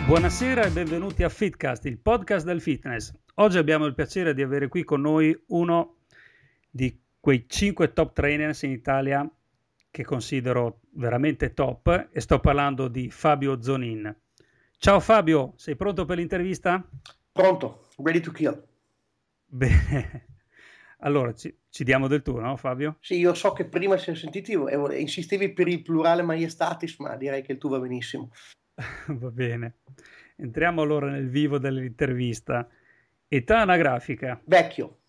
Buonasera e benvenuti a Fitcast, il podcast del fitness. Oggi abbiamo il piacere di avere qui con noi uno di quei 5 top trainers in Italia che considero veramente top e sto parlando di Fabio Zonin. Ciao Fabio, sei pronto per l'intervista? Pronto, ready to kill. Bene, allora ci diamo del tu, no Fabio? Sì, io so che prima si è sentiti e insistevi per il plurale maiestatis, ma direi che il tuo va benissimo. Va bene, entriamo allora nel vivo dell'intervista. Età anagrafica. Vecchio,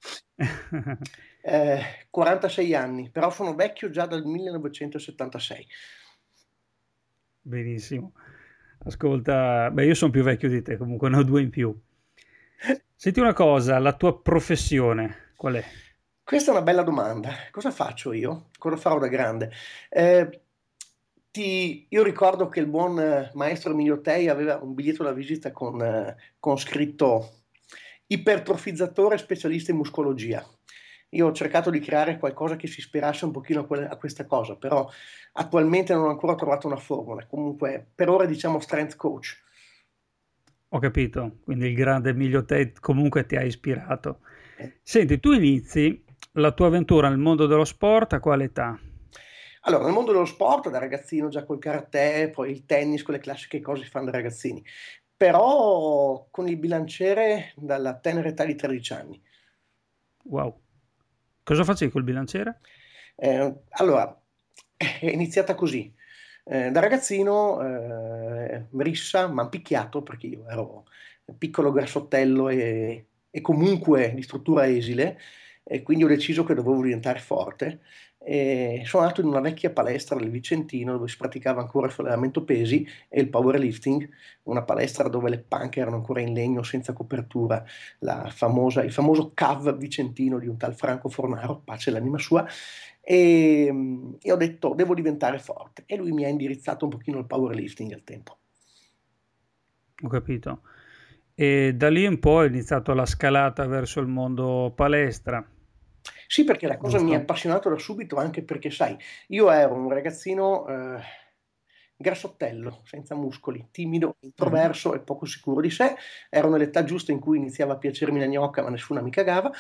46 anni, però sono vecchio già dal 1976. Benissimo. Ascolta, beh, io sono più vecchio di te, comunque ne ho due in più. Senti una cosa, la tua professione qual è? Questa è una bella domanda. Cosa faccio io? Cosa farò da grande? Eh, io ricordo che il buon maestro Emilio Tei aveva un biglietto da visita con scritto ipertrofizzatore specialista in muscologia. Io ho cercato di creare qualcosa che si ispirasse un pochino a questa cosa, però attualmente non ho ancora trovato una formula. Comunque, per ora diciamo strength coach. Ho capito, quindi il grande Emilio Tate comunque ti ha ispirato. Eh, Senti, tu inizi la tua avventura nel mondo dello sport a quale età? Allora, nel mondo dello sport, da ragazzino già col karate, poi il tennis, quelle classiche cose che fanno da ragazzini. Però con il bilanciere dalla tenera età di 13 anni. Wow. Cosa facevi col bilanciere? Allora, è iniziata così. Da ragazzino, rissa, mi hanno picchiato perché io ero piccolo grassottello e comunque di struttura esile, e quindi ho deciso che dovevo diventare forte. E sono andato in una vecchia palestra del Vicentino dove si praticava ancora il sollevamento pesi e il powerlifting, una palestra dove le panche erano ancora in legno senza copertura, il famoso CAV vicentino di un tal Franco Fornaro, pace all'anima sua, e ho detto devo diventare forte e lui mi ha indirizzato un pochino il powerlifting al tempo. Ho capito. E da lì in poi è iniziato la scalata verso il mondo palestra, Sì, perché la cosa mi ha giusto? appassionato da subito, anche perché, sai, io ero un ragazzino grassottello, senza muscoli, timido, Mhm. introverso e poco sicuro di sé. Ero nell'età giusta in cui iniziava a piacermi la gnocca, ma nessuna mi cagava.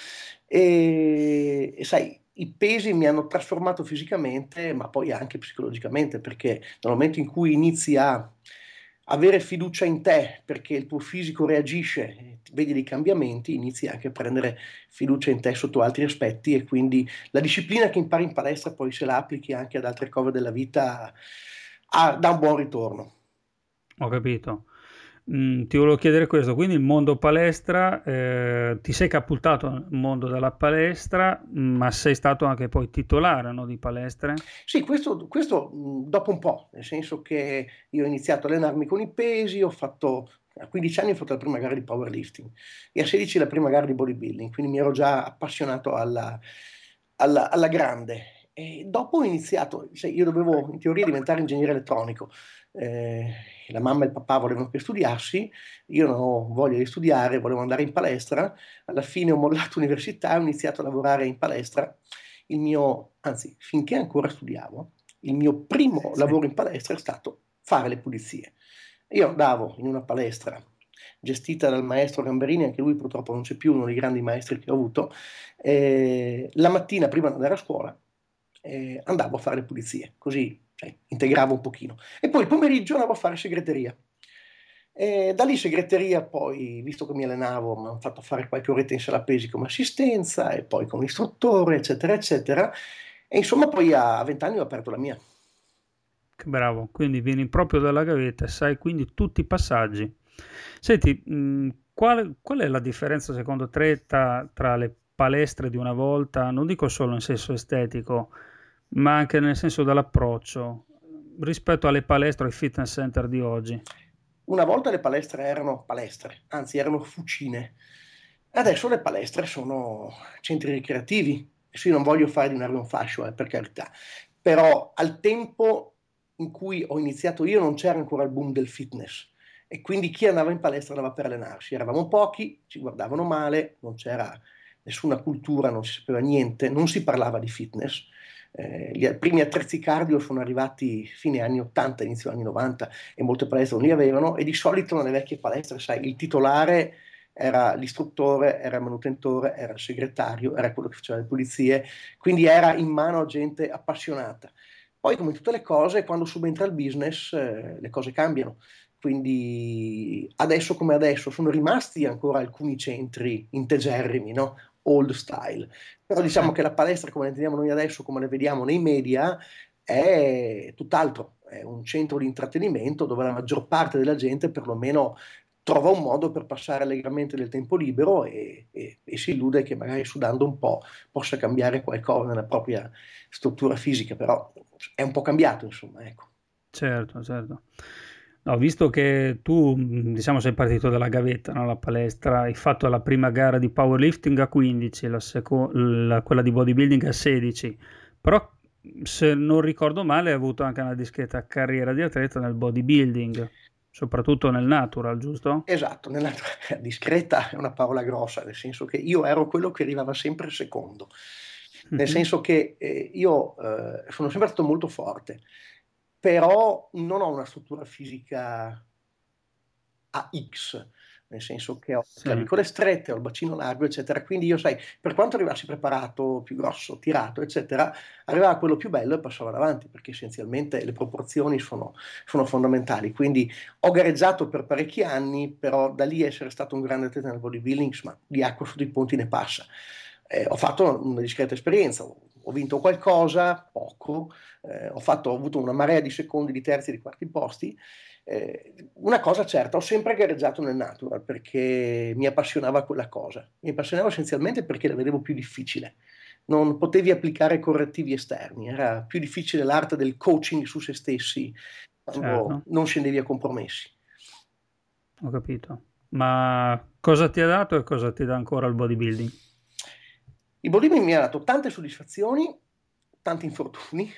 E sai, i pesi mi hanno trasformato fisicamente, ma poi anche psicologicamente, perché nel momento in cui inizi a avere fiducia in te, perché il tuo fisico reagisce, vedi dei cambiamenti, inizi anche a prendere fiducia in te sotto altri aspetti e quindi la disciplina che impari in palestra poi se la applichi anche ad altre cose della vita dà un buon ritorno. Ho capito. Ti volevo chiedere questo, quindi il mondo palestra, ti sei catapultato nel mondo della palestra, ma sei stato anche poi titolare, no, di palestre? Sì, questo dopo un po', nel senso che io ho iniziato a allenarmi con i pesi, a 15 anni ho fatto la prima gara di powerlifting e a 16 la prima gara di bodybuilding, quindi mi ero già appassionato alla grande. E dopo ho iniziato, sai, io dovevo in teoria diventare ingegnere elettronico. Eh, la mamma e il papà volevano che studiassi, io non ho voglia di studiare, volevo andare in palestra. Alla fine ho mollato università e ho iniziato a lavorare in palestra. Anzi, finché ancora studiavo, il mio primo Sì. lavoro in palestra è stato fare le pulizie. Io andavo in una palestra gestita dal maestro Gamberini, anche lui purtroppo non c'è più, uno dei grandi maestri che ho avuto. La mattina prima di andare a scuola andavo a fare le pulizie, così integravo un pochino. E poi il pomeriggio andavo a fare segreteria. E da lì segreteria poi, visto che mi allenavo, mi hanno fatto fare qualche oretta in sala pesi come assistenza e poi come istruttore, eccetera, eccetera. E insomma poi a 20 anni ho aperto la mia. Che bravo, quindi vieni proprio dalla gavetta e sai quindi tutti i passaggi. Senti, qual è la differenza secondo te tra le palestre di una volta, non dico solo in senso estetico, ma anche nel senso dell'approccio, rispetto alle palestre o ai fitness center di oggi? Una volta le palestre erano palestre, anzi erano fucine. Adesso le palestre sono centri ricreativi. Adesso io non voglio fare di nervi un fascio, per carità. Però al tempo in cui ho iniziato io non c'era ancora il boom del fitness. E quindi chi andava in palestra andava per allenarsi. Eravamo pochi, ci guardavano male, non c'era nessuna cultura, non si sapeva niente, non si parlava di fitness. Gli primi attrezzi cardio sono arrivati fine anni 80, inizio anni 90 e molte palestre non li avevano e di solito nelle vecchie palestre, sai, il titolare era l'istruttore, era il manutentore, era il segretario, era quello che faceva le pulizie, quindi era in mano a gente appassionata. Poi, come tutte le cose, quando subentra il business, le cose cambiano. Quindi adesso come adesso sono rimasti ancora alcuni centri integerrimi, no? Old style. Però Sì. diciamo che la palestra, come la intendiamo noi adesso, come la vediamo nei media, è tutt'altro. È un centro di intrattenimento dove la maggior parte della gente perlomeno trova un modo per passare allegramente del tempo libero e si illude che magari sudando un po' possa cambiare qualcosa nella propria struttura fisica, però è un po' cambiato, insomma, ecco. Certo, certo. No, visto che tu, diciamo, sei partito dalla gavetta, no? La palestra, hai fatto la prima gara di powerlifting a 15, quella di bodybuilding a 16, però se non ricordo male hai avuto anche una discreta carriera di atleta nel bodybuilding, soprattutto nel natural, giusto? Esatto, nella discreta è una parola grossa, nel senso che io ero quello che arrivava sempre secondo, nel Mhm. senso che io sono sempre stato molto forte, però non ho una struttura fisica a X, nel senso che ho le Sì, clavicole strette, ho il bacino largo, eccetera. Quindi io, sai, per quanto arrivassi preparato, più grosso, tirato, eccetera, arrivava quello più bello e passava davanti, perché essenzialmente le proporzioni sono fondamentali. Quindi ho gareggiato per parecchi anni, però da lì essere stato un grande atleta nel bodybuilding, ma di acqua sotto i ponti ne passa. Ho fatto una discreta esperienza, ho vinto qualcosa, poco, ho avuto una marea di secondi, di terzi, di quarti posti. Una cosa certa, ho sempre gareggiato nel natural perché mi appassionava quella cosa. Mi appassionava essenzialmente perché la vedevo più difficile. Non potevi applicare correttivi esterni, era più difficile l'arte del coaching su se stessi quando certo, non scendevi a compromessi. ho capito. Ma cosa ti ha dato e cosa ti dà ancora il bodybuilding? Il bodybuilding mi ha dato tante soddisfazioni, tanti infortuni.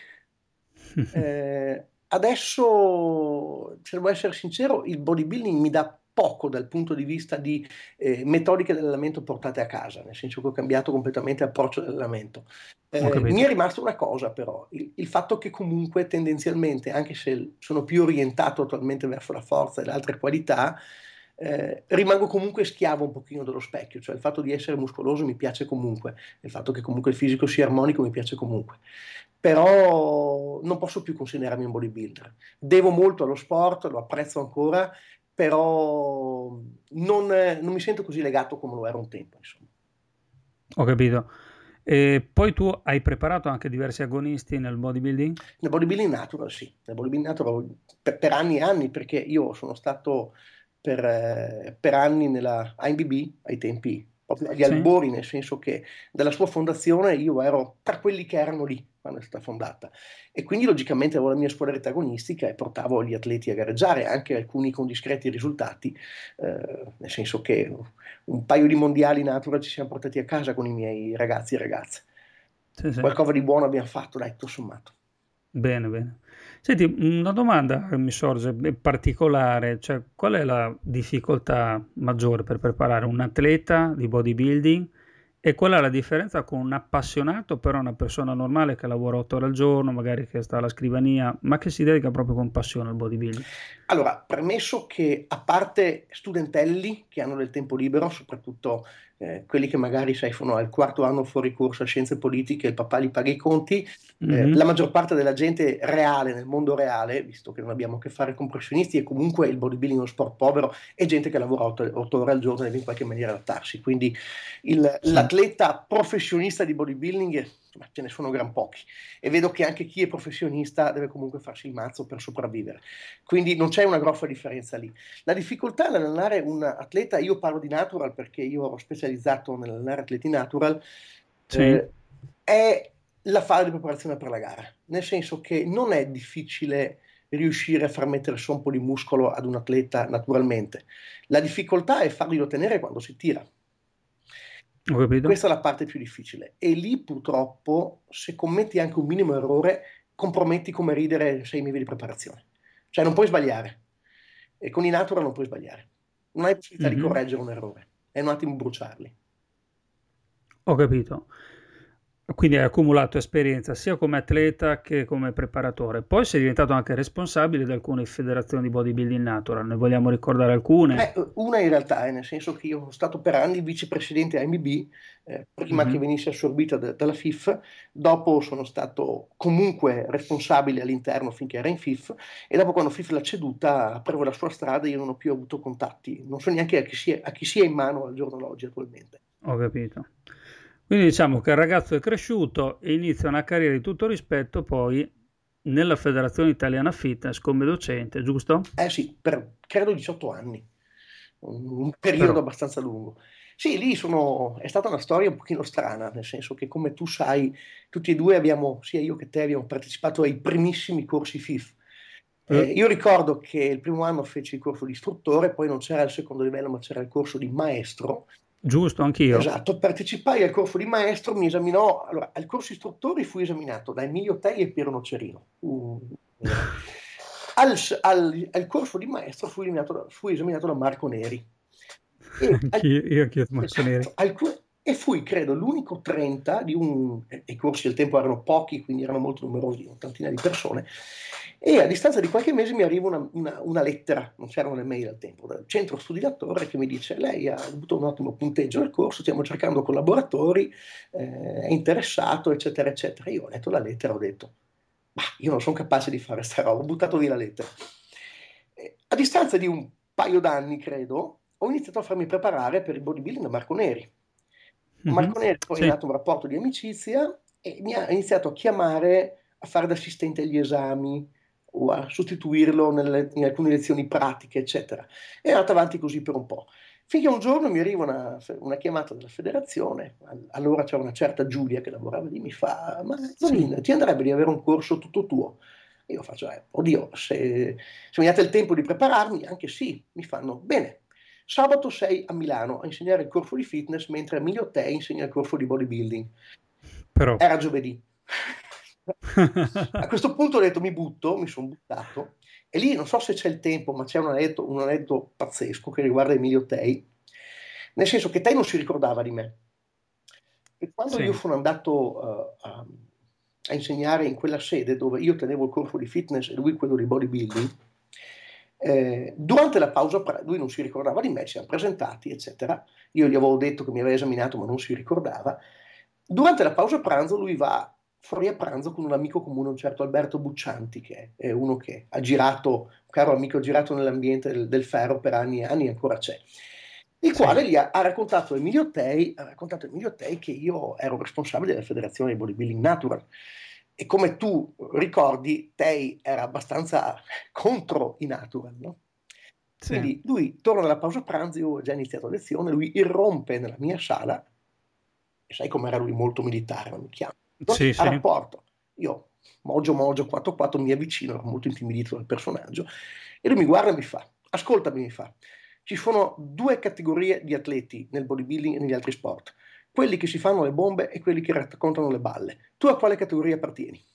Adesso, se devo essere sincero, il bodybuilding mi dà poco dal punto di vista di metodiche dell'allenamento portate a casa, nel senso che ho cambiato completamente approccio dell'allenamento. Ho Mi è capito. rimasta una cosa però, il fatto che comunque tendenzialmente, anche se sono più orientato attualmente verso la forza e le altre qualità, rimango comunque schiavo un pochino dello specchio, cioè il fatto di essere muscoloso mi piace comunque, il fatto che comunque il fisico sia armonico mi piace comunque, però non posso più considerarmi un bodybuilder. Devo molto allo sport, lo apprezzo ancora, però non mi sento così legato come lo ero un tempo, insomma. Ho capito. E poi tu hai preparato anche diversi agonisti nel bodybuilding? Nel bodybuilding natural, sì, nel bodybuilding natural per anni e anni, perché io sono stato per anni nella AMBB ai tempi proprio agli Sì. albori, nel senso che dalla sua fondazione io ero tra quelli che erano lì quando è stata fondata e quindi logicamente avevo la mia squadra agonistica e portavo gli atleti a gareggiare, anche alcuni con discreti risultati, nel senso che un paio di mondiali natural ci siamo portati a casa con i miei ragazzi e ragazze. Sì, sì. Qualcosa di buono abbiamo fatto, dai, tutto sommato. Bene, bene. Senti, una domanda che mi sorge particolare, cioè qual è la difficoltà maggiore per preparare un atleta di bodybuilding e qual è la differenza con un appassionato, però una persona normale che lavora 8 ore al giorno, magari che sta alla scrivania, ma che si dedica proprio con passione al bodybuilding? Allora, premesso che a parte studentelli che hanno del tempo libero, soprattutto quelli che magari sai, sono al quarto anno fuori corso a scienze politiche, il papà gli paga i conti, la Mhm. maggior parte della gente reale, nel mondo reale, visto che non abbiamo a che fare con professionisti e comunque il bodybuilding è uno sport povero, è gente che lavora 8 ore al giorno e deve in qualche maniera adattarsi. Quindi Sì, l'atleta professionista di bodybuilding, ma ce ne sono gran pochi. E vedo che anche chi è professionista deve comunque farsi il mazzo per sopravvivere. Quindi non c'è una grossa differenza lì. La difficoltà nell'allenare un atleta, io parlo di natural perché io ero specializzato nell'allenare atleti natural, sì, è la fase di preparazione per la gara. Nel senso che non è difficile riuscire a far mettere su un po' di muscolo ad un atleta naturalmente. La difficoltà è farli ottenere quando si tira. ho capito. Questa è la parte più difficile. E lì purtroppo, se commetti anche un minimo errore, comprometti come ridere 6 mesi di preparazione. Cioè non puoi sbagliare. E con i natural non puoi sbagliare. Non hai possibilità di Mhm. correggere un errore. È un attimo bruciarli. Ho capito. Quindi hai accumulato esperienza sia come atleta che come preparatore. Poi sei diventato anche responsabile di alcune federazioni di bodybuilding natural. Ne vogliamo ricordare alcune? Una in realtà, nel senso che io sono stato per anni vicepresidente AMB, prima che Mhm. venisse assorbita dalla FIF, dopo sono stato comunque responsabile all'interno finché era in FIF, e dopo quando FIF l'ha ceduta, preso la sua strada, io non ho più avuto contatti, non so neanche a chi sia in mano al giorno d'oggi attualmente. Ho capito. Quindi diciamo che il ragazzo è cresciuto e inizia una carriera di tutto rispetto poi nella Federazione Italiana Fitness come docente, giusto? Eh sì, per credo 18 anni, un periodo Però, abbastanza lungo. Sì, è stata una storia un pochino strana, nel senso che come tu sai, tutti e due abbiamo, sia io che te, abbiamo partecipato ai primissimi corsi FIF. eh, Io ricordo che il primo anno feci il corso di istruttore, poi non c'era il secondo livello, ma c'era il corso di maestro. giusto, anch'io. Esatto, partecipai al corso di maestro, mi esaminò, allora, al corso istruttori fui esaminato da Emilio Tei e Piero Nocerino. Al corso di maestro fui esaminato da Marco Neri. Io sono Esatto, Neri. e fui, credo, l'unico 30 di i corsi del tempo erano pochi, quindi erano molto numerosi, una trentina di persone, e a distanza di qualche mese mi arriva una lettera, non c'erano le mail al tempo, dal centro studi d'attore che mi dice: lei ha avuto un ottimo punteggio nel corso, stiamo cercando collaboratori, è interessato, eccetera, eccetera. Io ho letto la lettera, ho detto: ma io non sono capace di fare sta roba, ho buttato via la lettera. A distanza di un paio d'anni, credo, ho iniziato a farmi preparare per il bodybuilding da Marco Neri. Con Mhm. Marco Neri poi è Sì, nato un rapporto di amicizia e mi ha iniziato a chiamare a fare da assistente agli esami o a sostituirlo in alcune lezioni pratiche, eccetera. E è andato avanti così per un po'. Finché un giorno mi arriva una chiamata della federazione, allora c'era una certa Giulia che lavorava lì, mi fa: ma sì. Zonin, ti andrebbe di avere un corso tutto tuo? Io faccio: oddio, se mi date il tempo di prepararmi, anche sì. Mi fanno: bene, sabato sei a Milano a insegnare il corso di fitness, mentre Emilio Te insegna il corso di bodybuilding. Però. Era giovedì. A questo punto ho detto: mi butto, mi sono buttato, e lì non so se c'è il tempo, ma c'è un aneddoto pazzesco che riguarda Emilio Tei, nel senso che Tei non si ricordava di me. E quando io Sì, sono andato a insegnare in quella sede dove io tenevo il corso di fitness e lui quello di bodybuilding, durante la pausa, lui non si ricordava di me, ci siamo presentati, eccetera. Io gli avevo detto che mi aveva esaminato, ma non si ricordava. Durante la pausa pranzo, lui va fuori a pranzo con un amico comune, un certo Alberto Buccianti, che è uno che ha girato, un caro amico, ha girato nell'ambiente del ferro per anni e anni e ancora c'è. Il sì. quale ha raccontato a Emilio Tei che io ero responsabile della federazione di bodybuilding natural. E come tu ricordi, Tei era abbastanza contro i natural, no? Sì, Quindi lui torna dalla pausa pranzo, io ho già iniziato lezione, lui irrompe nella mia sala, e sai com'era lui, molto militare, non mi chiama, sì, a sì. rapporto. Io, mogio mogio, 4-4, mi avvicino, ero molto intimidito dal personaggio, e lui mi guarda e mi fa: ascoltami, mi fa, ci sono due categorie di atleti nel bodybuilding e negli altri sport, quelli che si fanno le bombe e quelli che raccontano le balle. Tu a quale categoria appartieni?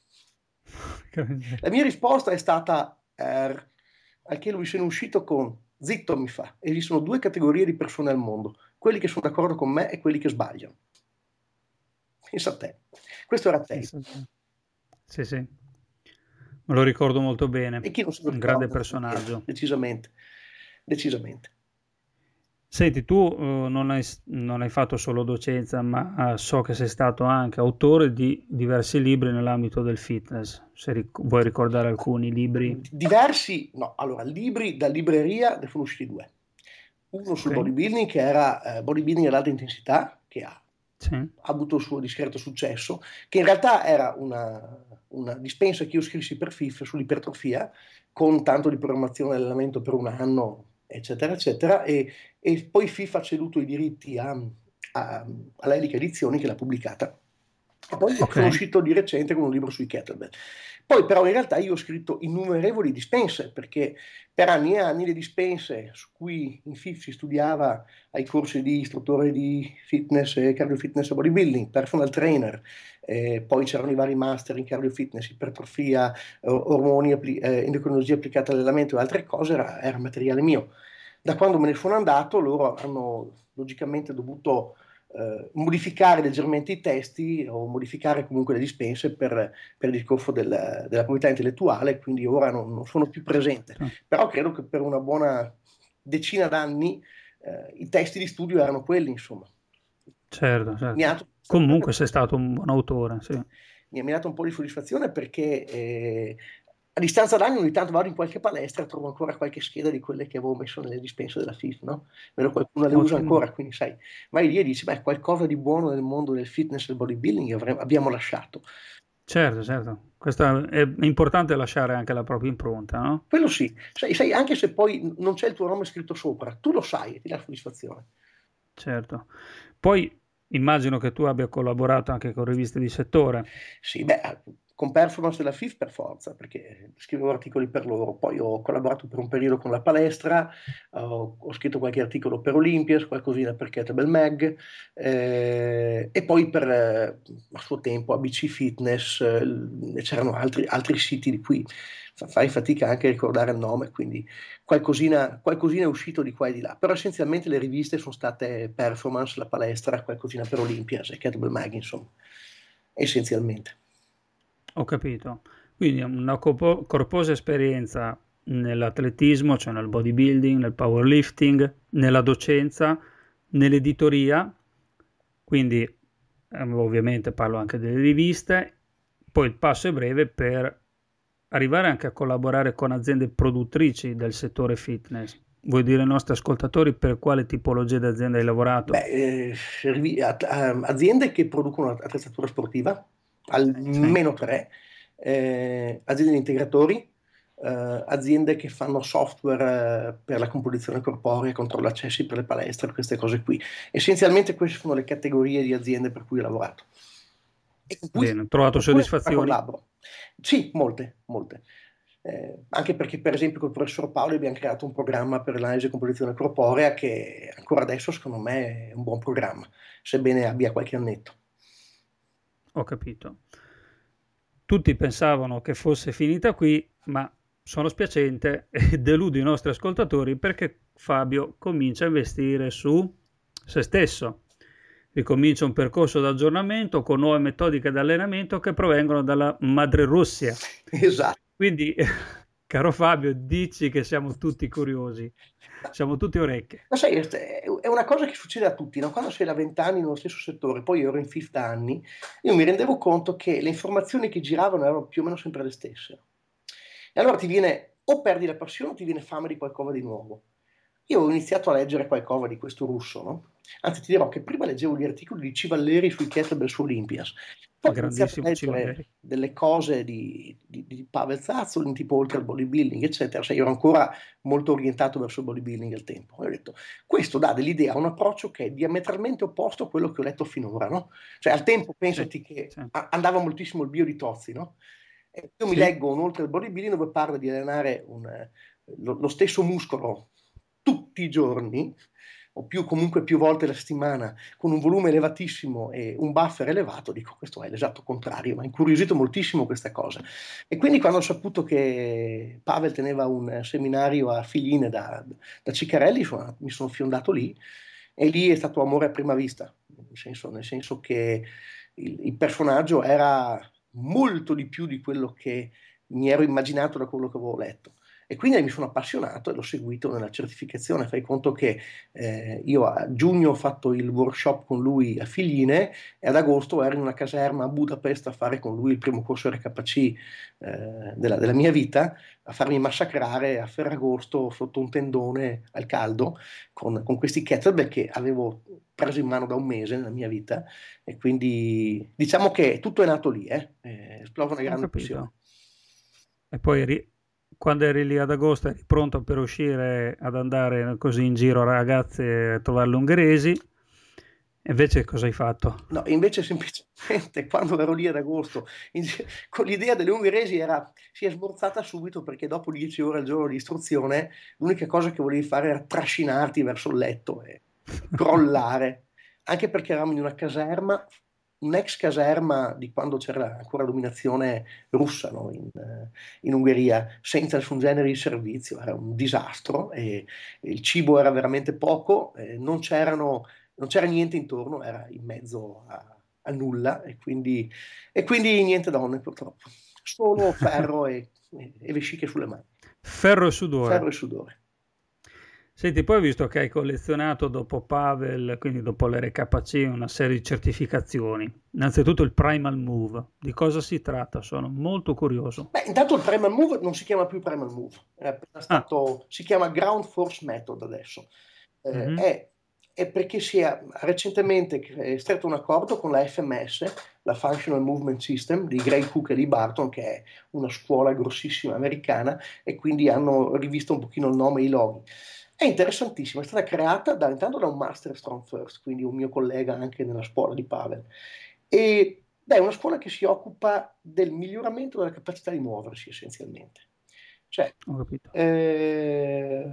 La mia risposta è stata al che lui se ne è uscito con: zitto, mi fa, esistono due categorie di persone al mondo, quelli che sono d'accordo con me e quelli che sbagliano. Pensa a te. Questo era te. Pensa te. Sì, sì. Me lo ricordo molto E bene. chi non se lo Un grande ricorda nella vita, personaggio. decisamente. Decisamente. Senti, tu non hai fatto solo docenza, ma so che sei stato anche autore di diversi libri nell'ambito del fitness. Se vuoi ricordare alcuni libri. Diversi, no, allora, libri da libreria ne sono usciti due. Uno Ok? sul bodybuilding, che era Bodybuilding ad alta intensità, che Sì, ha avuto il suo discreto successo, che in realtà era una dispensa che io scrissi per FIF sull'ipertrofia, con tanto di programmazione e allenamento per un anno, eccetera, eccetera, e poi FIF ha ceduto i diritti alla Elica Edizioni, che l'ha pubblicata. E poi ok. sono uscito di recente con un libro sui kettlebell. Poi però in realtà io ho scritto innumerevoli dispense, perché per anni e anni le dispense su cui in FIF si studiava ai corsi di istruttore di fitness, cardio fitness e bodybuilding, personal trainer, poi c'erano i vari master in cardio fitness, ipertrofia, ormoni, endocrinologia applicata all'allenamento e altre cose, era materiale mio. Da quando me ne sono andato, loro hanno logicamente dovuto modificare leggermente i testi o modificare comunque le dispense per il discorso della proprietà intellettuale, quindi ora non sono più presente. Sì. Però credo che per una buona decina d'anni i testi di studio erano quelli, insomma. Certo, Mi ha certo. dato Comunque sei stato un buon autore, sì. mi ha dato un po' di soddisfazione perché a distanza d'anni ogni tanto vado in qualche palestra e trovo ancora qualche scheda di quelle che avevo messo nelle dispense della FIF, no? Vedo qualcuno le usa Ottimo. ancora, quindi sai, vai lì e dici, beh, qualcosa di buono nel mondo del fitness e del bodybuilding abbiamo lasciato. Certo, certo. Questo è importante lasciare anche la propria impronta, no? Quello sì, sai, anche se poi non c'è il tuo nome scritto sopra, tu lo sai e ti dà soddisfazione. Certo. Poi immagino che tu abbia collaborato anche con riviste di settore. Sì, beh, con Performance della FIF per forza, perché scrivevo articoli per loro. Poi ho collaborato per un periodo con la palestra, ho scritto qualche articolo per Olympias, qualcosina per Kettlebell Mag, e poi a suo tempo ABC Fitness, c'erano altri siti di cui fai fatica anche a ricordare il nome, quindi qualcosina è uscito di qua e di là. Però essenzialmente le riviste sono state Performance, la palestra, qualcosina per Olympias e Kettlebell Mag, insomma, essenzialmente. Ho capito. Quindi una corposa esperienza nell'atletismo, cioè nel bodybuilding, nel powerlifting, nella docenza, nell'editoria, quindi ovviamente parlo anche delle riviste, poi il passo è breve per arrivare anche a collaborare con aziende produttrici del settore fitness. Vuoi dire ai nostri ascoltatori per quale tipologia di azienda hai lavorato? Beh, aziende che producono attrezzatura sportiva, Sì. almeno tre, aziende di integratori, aziende che fanno software per la composizione corporea, controllo accessi per le palestre, queste cose qui. Essenzialmente queste sono le categorie di aziende per cui ho lavorato e Bene, ho trovato con cui ancora soddisfazioni? collaboro. Sì, molte, molte. Anche perché, per esempio, col professor Paoli abbiamo creato un programma per l'analisi e composizione corporea che ancora adesso, secondo me, è un buon programma, sebbene abbia qualche annetto. Ho capito. Tutti pensavano che fosse finita qui, ma sono spiacente e deludo i nostri ascoltatori perché Fabio comincia a investire su se stesso. Ricomincia un percorso di aggiornamento con nuove metodiche di allenamento che provengono dalla madre Russia. Esatto. Quindi, caro Fabio, dici che siamo tutti curiosi, siamo tutti orecchie. Ma sai, è una cosa che succede a tutti, no? Quando sei da 20 anni nello stesso settore, poi io ero in 50 anni, io mi rendevo conto che le informazioni che giravano erano più o meno sempre le stesse. E allora ti viene, o perdi la passione o ti viene fame di qualcosa di nuovo. Io ho iniziato a leggere qualcosa di questo russo, no? Anzi, ti dirò che prima leggevo gli articoli di Civalleri sui kettlebell su Olympias, poi ho iniziato a Grandissimo leggere Civalleri. delle cose di Pavel Zazzolin, tipo oltre al bodybuilding, eccetera. Cioè, io ero ancora molto orientato verso il bodybuilding al tempo. E ho detto, questo dà dell'idea, un approccio che è diametralmente opposto a quello che ho letto finora, no? Cioè, al tempo Sì, pensati che sì, andava moltissimo il bio di Tozzi, no? E io mi sì, leggo un oltre al bodybuilding dove parla di allenare lo stesso muscolo tutti i giorni, o comunque più volte la settimana, con un volume elevatissimo e un buffer elevato, dico questo è l'esatto contrario, mi ha incuriosito moltissimo questa cosa. E quindi quando ho saputo che Pavel teneva un seminario a Figline da Ciccarelli, mi sono fiondato lì e lì è stato amore a prima vista, nel senso che il personaggio era molto di più di quello che mi ero immaginato da quello che avevo letto. E quindi mi sono appassionato e l'ho seguito nella certificazione. Fai conto che io a giugno ho fatto il workshop con lui a Figline e ad agosto ero in una caserma a Budapest a fare con lui il primo corso RKC della mia vita, a farmi massacrare a Ferragosto sotto un tendone al caldo con questi kettlebell che avevo preso in mano da un mese nella mia vita e quindi diciamo che tutto è nato lì, esplode una ho grande passione. capito. E poi quando eri lì ad agosto eri pronto per uscire ad andare così in giro ragazze a trovare le ungheresi, e invece cosa hai fatto? No, invece semplicemente quando ero lì ad agosto, in- con l'idea delle ungheresi si è smorzata subito perché dopo 10 ore al giorno di istruzione, l'unica cosa che volevi fare era trascinarti verso il letto e crollare, anche perché eravamo in una caserma, un'ex caserma di quando c'era ancora dominazione russa, no, in Ungheria, senza nessun genere di servizio, era un disastro e il cibo era veramente poco, non c'erano non c'era niente intorno, era in mezzo a nulla e quindi niente donne purtroppo, solo ferro e vesciche sulle mani, Ferro e sudore. ferro e sudore. Senti, poi ho visto che hai collezionato dopo Pavel, quindi dopo l'RKC, una serie di certificazioni. Innanzitutto il Primal Move. Di cosa si tratta? Sono molto curioso. Beh, intanto il Primal Move non si chiama più Primal Move, Ah, si chiama Ground Force Method adesso. Eh, mhm, è, è perché si è recentemente stretto un accordo con la FMS, la Functional Movement System di Gray Cook e Lee Barton, che è una scuola grossissima americana, e quindi hanno rivisto un pochino il nome e i loghi. È interessantissima, è stata creata intanto da un Master Strong First, quindi un mio collega anche nella scuola di Pavel. E è una scuola che si occupa del miglioramento della capacità di muoversi essenzialmente. Cioè, ho capito. eh,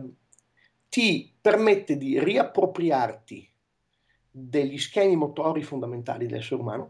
ti permette di riappropriarti degli schemi motori fondamentali dell'essere umano,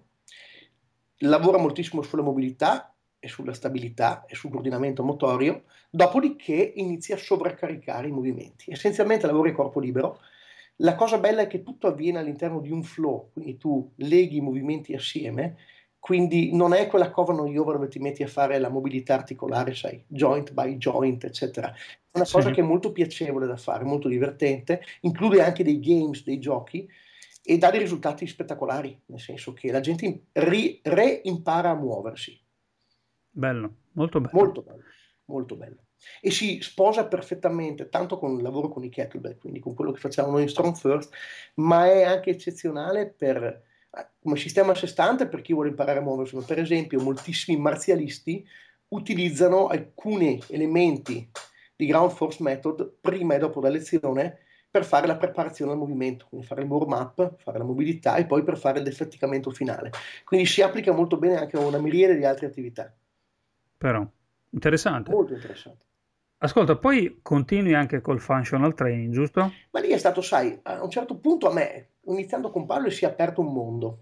lavora moltissimo sulla mobilità e sulla stabilità e sul coordinamento motorio, dopodiché inizia a sovraccaricare i movimenti. Essenzialmente lavori a corpo libero. La cosa bella è che tutto avviene all'interno di un flow, quindi tu leghi i movimenti assieme, quindi non è quella cova noiosa dove ti metti a fare la mobilità articolare, sai, joint by joint, eccetera. È una Sì, cosa che è molto piacevole da fare, molto divertente, include anche dei games, dei giochi e dà dei risultati spettacolari, nel senso che la gente reimpara a muoversi. bello, molto bello. Molto bello, molto bello. E si sposa perfettamente tanto con il lavoro con i kettlebell, quindi con quello che facciamo noi in Strong First, ma è anche eccezionale come sistema a sé stante per chi vuole imparare a muoversi. Per esempio, moltissimi marzialisti utilizzano alcuni elementi di Ground Force Method prima e dopo la lezione per fare la preparazione al movimento, quindi fare il warm-up, fare la mobilità e poi per fare il defletticamento finale. Quindi si applica molto bene anche a una miriade di altre attività. Però, interessante. Molto interessante. Ascolta, poi continui anche col functional training, giusto? Ma lì è stato, sai, a un certo punto a me, iniziando con Paolo, si è aperto un mondo.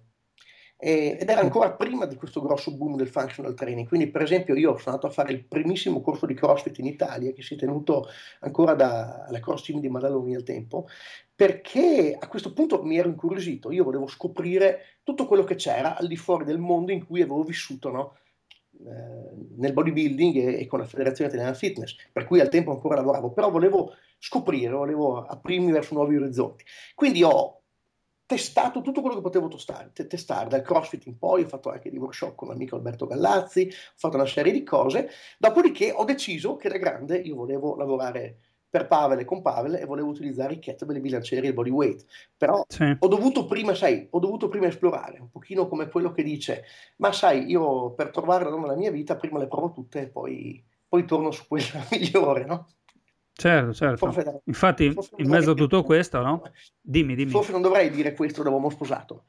Ed era Mm, ancora prima di questo grosso boom del functional training. Quindi, per esempio, io sono andato a fare il primissimo corso di CrossFit in Italia, che si è tenuto ancora alla Cross Team di Madaloni al tempo, perché a questo punto mi ero incuriosito. Io volevo scoprire tutto quello che c'era al di fuori del mondo in cui avevo vissuto, no? Nel bodybuilding e con la Federazione Italiana Fitness, per cui al tempo ancora lavoravo, però volevo scoprire, volevo aprirmi verso nuovi orizzonti. Quindi ho testato tutto quello che potevo testare, dal CrossFit in poi, ho fatto anche dei workshop con l'amico Alberto Gallazzi, ho fatto una serie di cose, dopodiché ho deciso che da grande io volevo lavorare per Pavel e con Pavel e volevo utilizzare i kettlebell, i bilancieri e il bodyweight, però sì. ho dovuto prima, sai, ho dovuto prima esplorare, un pochino come quello che dice, ma sai, io per trovare la donna della mia vita prima le provo tutte e poi torno su quella migliore, no? Certo, certo. Forse, Infatti, forse non in dovrei mezzo a dire tutto questo, questo, no? Dimmi, dimmi. forse non dovrei dire questo da uomo sposato.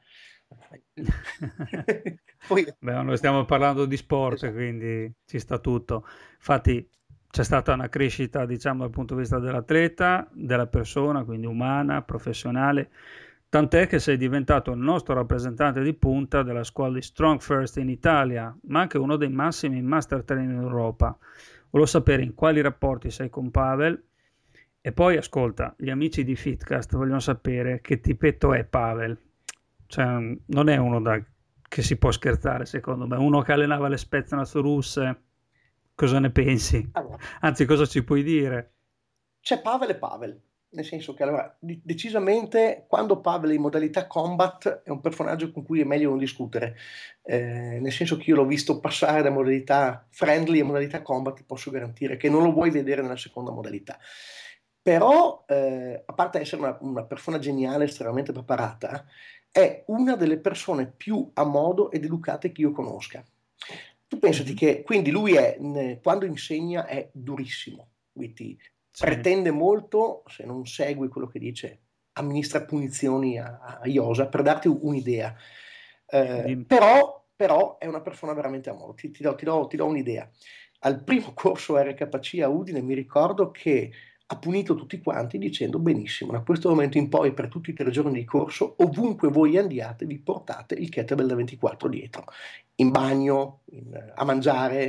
Poi, Beh, noi stiamo parlando di sport, esatto. quindi ci sta tutto. Infatti c'è stata una crescita, diciamo, dal punto di vista dell'atleta, della persona, quindi umana, professionale, tant'è che sei diventato il nostro rappresentante di punta della scuola di Strong First in Italia, ma anche uno dei massimi master trainer in Europa. Volevo sapere in quali rapporti sei con Pavel e poi ascolta, gli amici di Fitcast vogliono sapere che tipetto è Pavel. Cioè, non è uno che si può scherzare, secondo me. Uno che allenava le Spetsnaz russe, cosa ne pensi? Allora, Anzi, cosa ci puoi dire? c'è Pavel e Pavel, nel senso che allora, decisamente quando Pavel è in modalità combat è un personaggio con cui è meglio non discutere. Nel senso che io l'ho visto passare da modalità friendly a modalità combat, ti posso garantire che non lo vuoi vedere nella seconda modalità. Però, a parte essere una persona geniale, estremamente preparata, è una delle persone più a modo ed educate che io conosca. Tu pensati Mhm. che quindi lui quando insegna è durissimo, quindi Sì, pretende molto, se non segui quello che dice, amministra punizioni a Iosa per darti un'idea. dimmi. Però è una persona veramente a modo. Ti do un'idea. Al primo corso RKC a Udine mi ricordo che ha punito tutti quanti dicendo benissimo, da questo momento in poi per tutti i 3 giorni di corso, ovunque voi andiate, vi portate il kettlebell da 24 dietro, in bagno, a mangiare.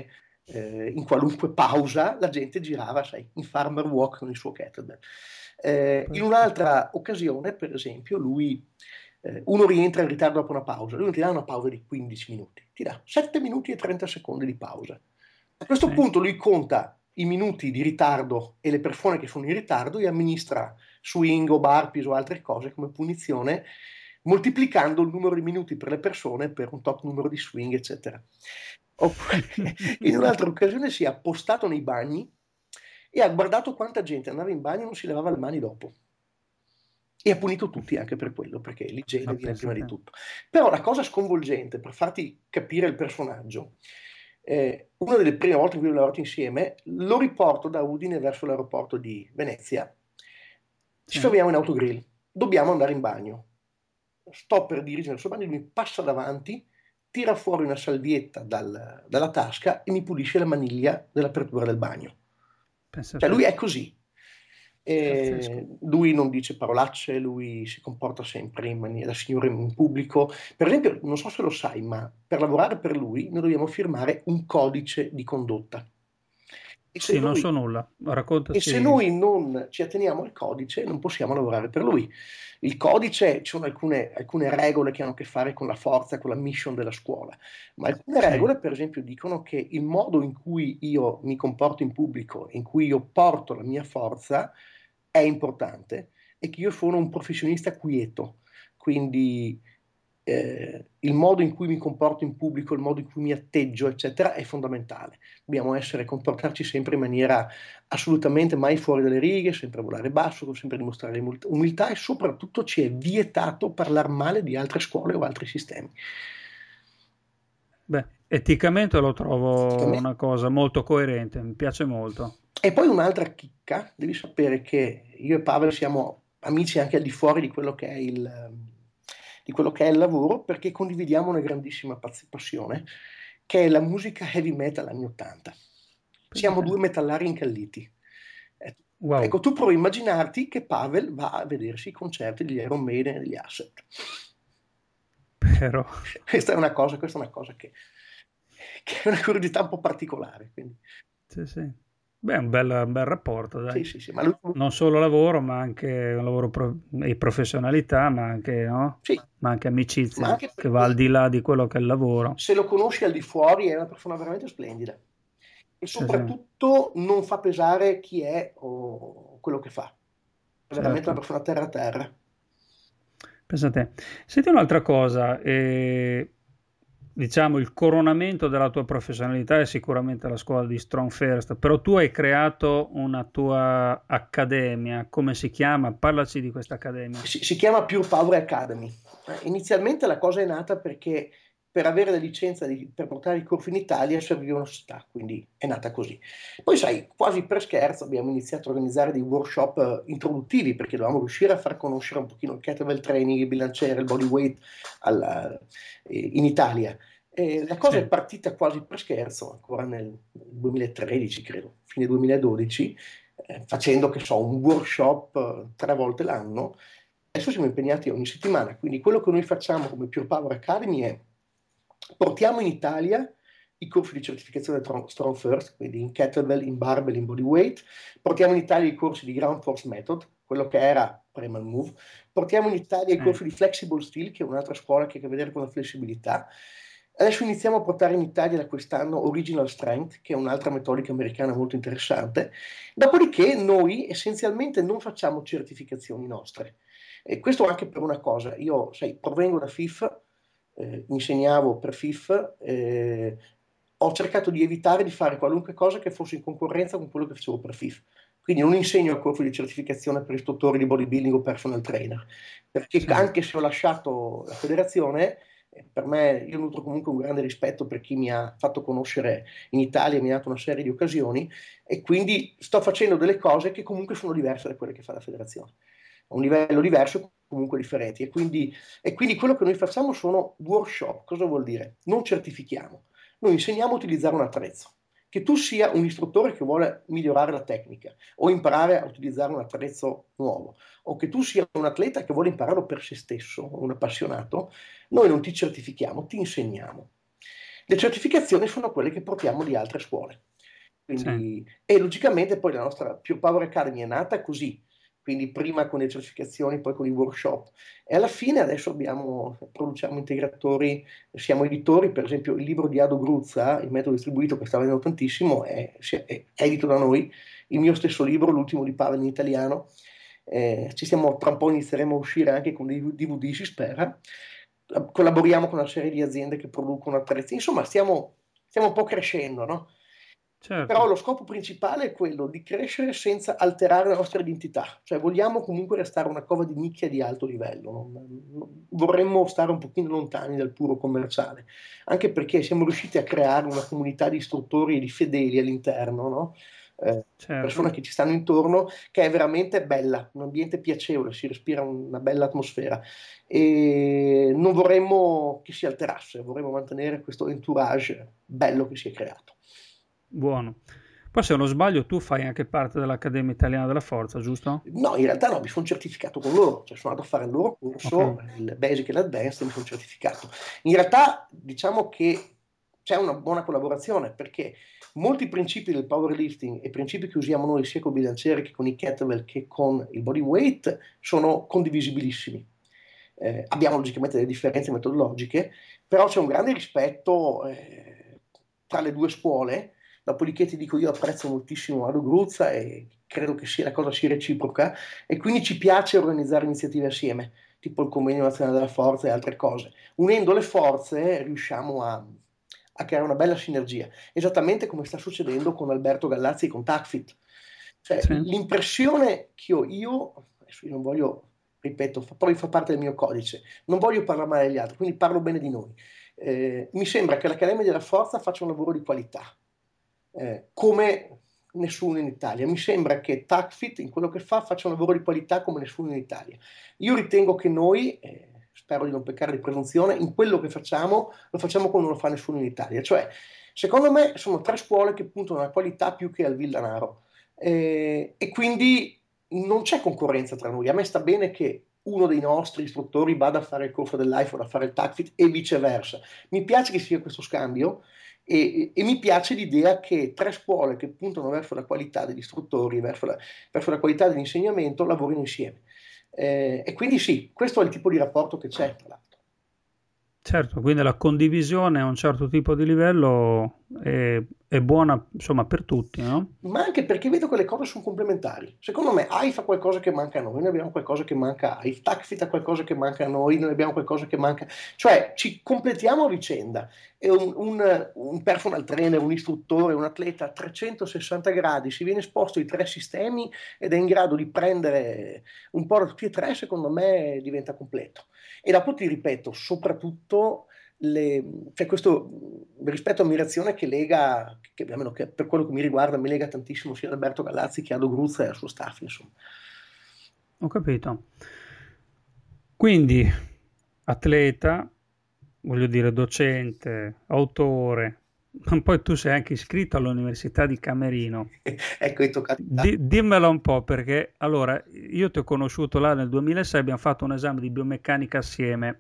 In qualunque pausa la gente girava, sai, in farmer walk con il suo kettlebell. In un'altra occasione, per esempio, uno rientra in ritardo dopo una pausa, lui non ti dà una pausa di 15 minuti, ti dà 7 minuti e 30 secondi di pausa. A questo punto lui conta i minuti di ritardo e le persone che sono in ritardo e amministra swing o burpees o altre cose come punizione, moltiplicando il numero di minuti per le persone per un top numero di swing, eccetera. Oppure, in un'altra occasione si è appostato nei bagni e ha guardato quanta gente andava in bagno e non si lavava le mani dopo. E ha punito tutti anche per quello, perché l'igiene viene prima di tutto. Però la cosa sconvolgente, per farti capire il personaggio, una delle prime volte in cui abbiamo lavorato insieme, lo riporto da Udine verso l'aeroporto di Venezia, ci fermiamo in autogrill, dobbiamo andare in bagno. Sto per dirigere il suo bagno, lui mi passa davanti, tira fuori una salvietta dalla tasca e mi pulisce la maniglia dell'apertura del bagno. Cioè lui è così. Lui non dice parolacce, lui si comporta sempre in maniera da signore in pubblico. Per esempio, non so se lo sai, ma per lavorare per lui noi dobbiamo firmare un codice di condotta. Sì, non so nulla, raccontaci. E se noi non ci atteniamo al codice, non possiamo lavorare per lui. Il codice, ci sono alcune regole che hanno a che fare con la forza, con la mission della scuola, ma alcune regole, per esempio, dicono che il modo in cui io mi comporto in pubblico, in cui io porto la mia forza, è importante e che io sono un professionista quieto. Quindi il modo in cui mi comporto in pubblico, il modo in cui mi atteggio, eccetera, è fondamentale. Dobbiamo comportarci sempre in maniera assolutamente mai fuori dalle righe, sempre volare basso, sempre dimostrare umiltà e soprattutto ci è vietato parlare male di altre scuole o altri sistemi. Beh, eticamente lo trovo una cosa molto coerente, mi piace molto. E poi un'altra chicca, devi sapere che io e Pavel siamo amici anche al di fuori di quello che è il lavoro, perché condividiamo una grandissima passione, che è la musica heavy metal anni 80. Siamo due metallari incalliti. Wow. Ecco, tu provi a immaginarti che Pavel va a vedersi i concerti degli Iron Maiden e degli Accept. Però... Questa è una cosa che è una curiosità un po' particolare. Quindi. Sì. Beh, è un bel rapporto, dai. Sì, ma lui... Non solo lavoro, ma anche un lavoro e professionalità, ma anche, no? Sì. Ma anche amicizia, Ma anche che va al di là di quello che è il lavoro. Se lo conosci al di fuori è una persona veramente splendida. E soprattutto non fa pesare chi è o quello che fa. È veramente una persona terra a terra. Pensa a te. Senti un'altra cosa, diciamo il coronamento della tua professionalità è sicuramente la scuola di Strong First, però tu hai creato una tua accademia, come si chiama? Parlaci di questa accademia. Si chiama Pure Power Academy. Inizialmente la cosa è nata perché per avere la licenza per portare i corsi in Italia serviva una società, quindi è nata così. Poi sai, quasi per scherzo abbiamo iniziato a organizzare dei workshop introduttivi perché dovevamo riuscire a far conoscere un pochino il kettlebell training, il bilanciere, il bodyweight in Italia. E la cosa è partita quasi per scherzo, ancora nel 2013, credo, fine 2012, facendo, che so, un workshop 3 volte l'anno. Adesso siamo impegnati ogni settimana, quindi quello che noi facciamo come Pure Power Academy è portiamo in Italia i corsi di certificazione Strong First, quindi in kettlebell, in barbell, in bodyweight, portiamo in Italia i corsi di Ground Force Method, quello che era Primal Move, portiamo in Italia i corsi di Flexible Steel, che è un'altra scuola che ha a che vedere con la flessibilità. Adesso iniziamo a portare in Italia da quest'anno Original Strength, che è un'altra metodica americana molto interessante. Dopodiché noi essenzialmente non facciamo certificazioni nostre. E questo anche per una cosa, io provengo da FIF, insegnavo per FIF, ho cercato di evitare di fare qualunque cosa che fosse in concorrenza con quello che facevo per FIF. Quindi non insegno a corsi di certificazione per istruttori di bodybuilding o personal trainer, perché anche se ho lasciato la federazione, per me io nutro comunque un grande rispetto per chi mi ha fatto conoscere in Italia, mi ha dato una serie di occasioni e quindi sto facendo delle cose che comunque sono diverse da quelle che fa la federazione. A un livello diverso, comunque differenti. E quindi quello che noi facciamo sono workshop. Cosa vuol dire? Non certifichiamo. Noi insegniamo a utilizzare un attrezzo. Che tu sia un istruttore che vuole migliorare la tecnica o imparare a utilizzare un attrezzo nuovo, o che tu sia un atleta che vuole impararlo per se stesso, un appassionato, noi non ti certifichiamo, ti insegniamo. Le certificazioni sono quelle che portiamo di altre scuole. Sì, E logicamente poi la nostra Pure Power Academy è nata così, quindi prima con le certificazioni, poi con i workshop. E alla fine adesso produciamo integratori, siamo editori, per esempio il libro di Ado Gruzza, Il metodo distribuito, che sta vendendo tantissimo, è edito da noi, il mio stesso libro, l'ultimo di Pavel in italiano. Tra un po' inizieremo a uscire anche con dei DVD, si spera. Collaboriamo con una serie di aziende che producono attrezzi, insomma stiamo un po' crescendo, no? Però certo. lo scopo principale è quello di crescere senza alterare la nostra identità, cioè vogliamo comunque restare una cova di nicchia di alto livello, vorremmo stare un pochino lontani dal puro commerciale, anche perché siamo riusciti a creare una comunità di istruttori e di fedeli all'interno, no? Persone Certo. che ci stanno intorno, che è veramente bella, un ambiente piacevole, si respira una bella atmosfera e non vorremmo che si alterasse, vorremmo mantenere questo entourage bello che si è creato. Buono. Poi se non sbaglio tu fai anche parte dell'Accademia Italiana della Forza, giusto? No, in realtà no, mi sono certificato con loro, cioè sono andato a fare il loro Ok, corso, il Basic e l'Advanced, e mi sono certificato. In realtà diciamo che c'è una buona collaborazione perché molti principi del powerlifting e principi che usiamo noi sia con i bilancieri che con i kettlebell che con il body weight sono condivisibilissimi. Abbiamo logicamente delle differenze metodologiche, però c'è un grande rispetto tra le due scuole. Dopodiché ti dico, io apprezzo moltissimo Ado Gruzza e credo che sia la cosa sia reciproca e quindi ci piace organizzare iniziative assieme, tipo il Convegno Nazionale della Forza e altre cose. Unendo le forze riusciamo a creare una bella sinergia, esattamente come sta succedendo con Alberto Gallazzi e con TACFIT. Cioè, sì, l'impressione che adesso io non voglio, ripeto, poi fa parte del mio codice, non voglio parlare male degli altri, quindi parlo bene di noi. Mi sembra che l'Accademia della Forza faccia un lavoro di qualità, come nessuno in Italia. Mi sembra che TACFIT in quello che fa faccia un lavoro di qualità come nessuno in Italia. Io ritengo che noi, spero di non peccare di presunzione, in quello che facciamo lo facciamo come non lo fa nessuno in Italia. Cioè, secondo me sono tre scuole che puntano alla qualità più che al villanaro. E quindi non c'è concorrenza tra noi. A me sta bene che uno dei nostri istruttori vada a fare il corso dell'iPhone, a fare il TACFIT e viceversa. Mi piace che sia questo scambio e mi piace l'idea che tre scuole che puntano verso la qualità degli istruttori, verso la qualità dell'insegnamento, lavorino insieme. E quindi sì, questo è il tipo di rapporto che c'è, tra l'altro. certo, quindi la condivisione a un certo tipo di livello è buona, insomma, per tutti, no? Ma anche perché vedo che le cose sono complementari. Secondo me AI fa qualcosa che manca a noi, noi abbiamo qualcosa che manca a AI, TACFIT ha qualcosa che manca a noi abbiamo qualcosa che manca. Cioè ci completiamo a vicenda. E un personal trainer, un istruttore, un atleta a 360 gradi, si viene esposto ai tre sistemi ed è in grado di prendere un po' da tutti e tre, secondo me diventa completo. E dopo ti ripeto, soprattutto c'è questo rispetto e ammirazione che lega, almeno che per quello che mi riguarda, mi lega tantissimo sia ad Alberto Gallazzi che a Ado Gruzza e al suo staff, insomma. Ho capito. Quindi, atleta, voglio dire, docente, autore, ma poi tu sei anche iscritto all'Università di Camerino. Ecco, hai toccato il tasto. Dimmela un po' perché allora io ti ho conosciuto là nel 2006, abbiamo fatto un esame di biomeccanica assieme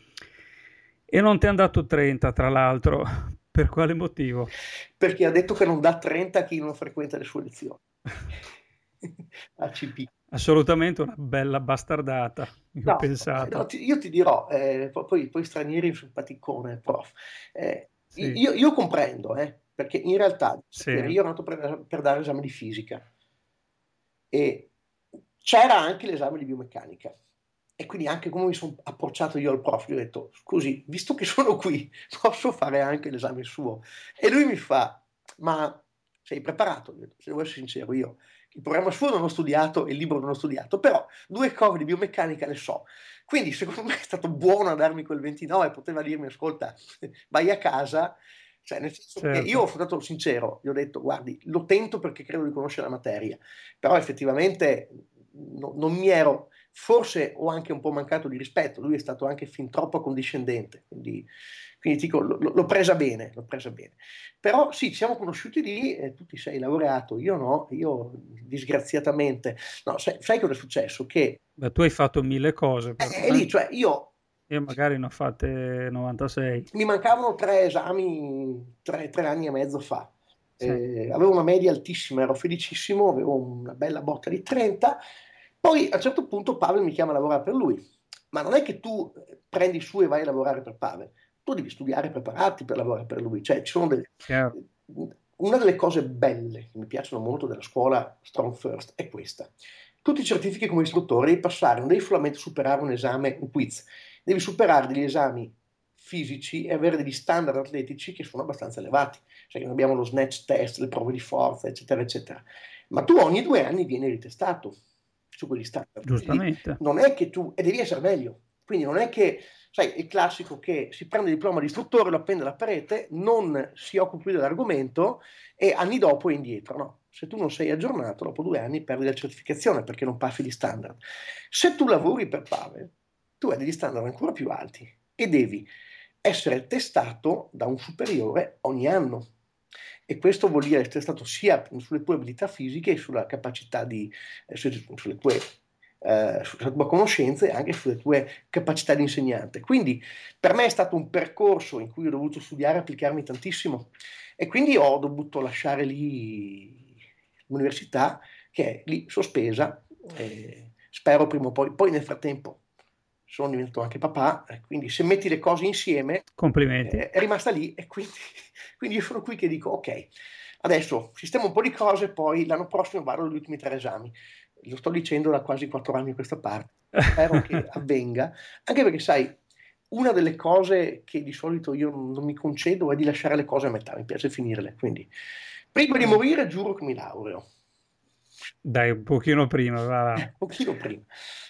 e non ti è andato 30, tra l'altro. Per quale motivo? Perché ha detto che non dà 30 a chi non frequenta le sue lezioni. ACP. Assolutamente una bella bastardata, io ho No, no, pensato. io ti dirò, poi stranieri simpaticone, prof. Sì, Io comprendo, perché in realtà, devi sapere, sì, io ero nato per dare esame di fisica e c'era anche l'esame di biomeccanica. E quindi anche come mi sono approcciato io al prof, gli ho detto, scusi, visto che sono qui, posso fare anche l'esame suo? E lui mi fa, ma sei preparato? Gli ho detto, se devo essere sincero, io il programma suo non ho studiato e il libro non ho studiato, però due cose di biomeccanica le so. Quindi secondo me è stato buono a darmi quel 29, poteva dirmi, ascolta, vai a casa. Cioè, nel senso che io certo. ho stato sincero, gli ho detto, guardi, lo tento perché credo di conoscere la materia, però effettivamente non mi ero, forse ho anche un po' mancato di rispetto, lui è stato anche fin troppo accondiscendente, quindi dico, l'ho presa bene, l'ho presa bene. Però sì, ci siamo conosciuti lì, tu ti sei laureato, io no, io disgraziatamente, no, sai cosa è successo? Che Beh, tu hai fatto mille cose però, è lì, cioè io Io magari ne ho fatte 96. Mi mancavano 3 esami 3 anni e mezzo fa. Sì, Avevo una media altissima, ero felicissimo, avevo una bella botta di 30. Poi a un certo punto Pavel mi chiama a lavorare per lui. Ma non è che tu prendi su e vai a lavorare per Pavel, tu devi studiare e prepararti per lavorare per lui. Cioè, chiaro. una delle cose belle che mi piacciono molto della scuola Strong First è questa. Tu ti certifichi come istruttore, devi passare, non devi solamente superare un esame, un quiz, devi superare degli esami fisici e avere degli standard atletici che sono abbastanza elevati. Cioè, noi abbiamo lo snatch test, le prove di forza, eccetera, eccetera. Ma tu ogni 2 anni vieni ritestato su quegli standard. Quindi Giustamente. non è che tu, e devi essere meglio. Quindi non è che, sai, il classico che si prende il diploma di istruttore, lo appende alla parete, non si occupa più dell'argomento e anni dopo è indietro. No, se tu non sei aggiornato, dopo 2 anni perdi la certificazione perché non passi gli standard. Se tu lavori per Pavel, tu hai degli standard ancora più alti e devi essere testato da un superiore ogni anno. E questo vuol dire essere testato sia sulle tue abilità fisiche, sulla capacità sulle sulla tua conoscenza e anche sulle tue capacità di insegnante. Quindi per me è stato un percorso in cui ho dovuto studiare e applicarmi tantissimo e quindi ho dovuto lasciare lì l'università che è lì sospesa. Spero prima o poi nel frattempo sono diventato anche papà, quindi se metti le cose insieme Complimenti. è rimasta lì e quindi io sono qui che dico ok, adesso sistemo un po' di cose, poi l'anno prossimo vado agli ultimi 3 esami. Lo sto dicendo da quasi 4 anni a questa parte, spero che avvenga, anche perché sai, una delle cose che di solito io non mi concedo è di lasciare le cose a metà, mi piace finirle, quindi prima di morire giuro che mi laureo. Dai, un pochino prima, va, va. Un pochino prima.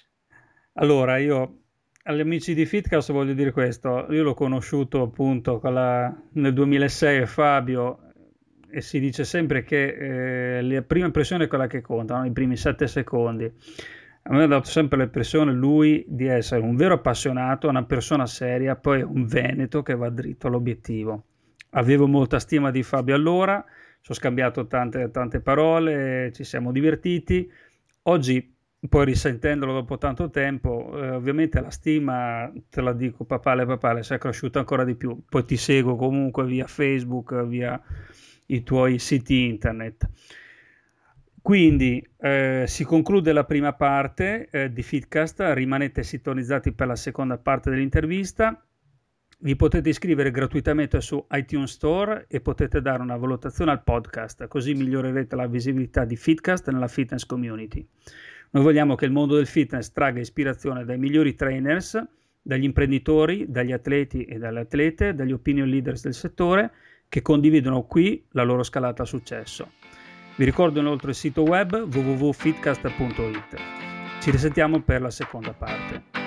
Allora, io agli amici di Fitcast voglio dire questo. Io l'ho conosciuto appunto nel 2006 Fabio e si dice sempre che la prima impressione è quella che conta, no? I primi 7 secondi. A me ha dato sempre l'impressione lui di essere un vero appassionato, una persona seria, poi un veneto che va dritto all'obiettivo. Avevo molta stima di Fabio allora, ci ho scambiato tante parole, ci siamo divertiti. Oggi, poi risentendolo dopo tanto tempo, ovviamente la stima, te la dico papale, si è cresciuta ancora di più. Poi ti seguo comunque via Facebook, via i tuoi siti internet. Quindi si conclude la prima parte di Fitcast, rimanete sintonizzati per la seconda parte dell'intervista. Vi potete iscrivere gratuitamente su iTunes Store e potete dare una valutazione al podcast, così migliorerete la visibilità di Fitcast nella fitness community. Noi vogliamo che il mondo del fitness tragga ispirazione dai migliori trainers, dagli imprenditori, dagli atleti e dalle atlete, dagli opinion leaders del settore che condividono qui la loro scalata a successo. Vi ricordo inoltre il sito web www.fitcast.it. Ci risentiamo per la seconda parte.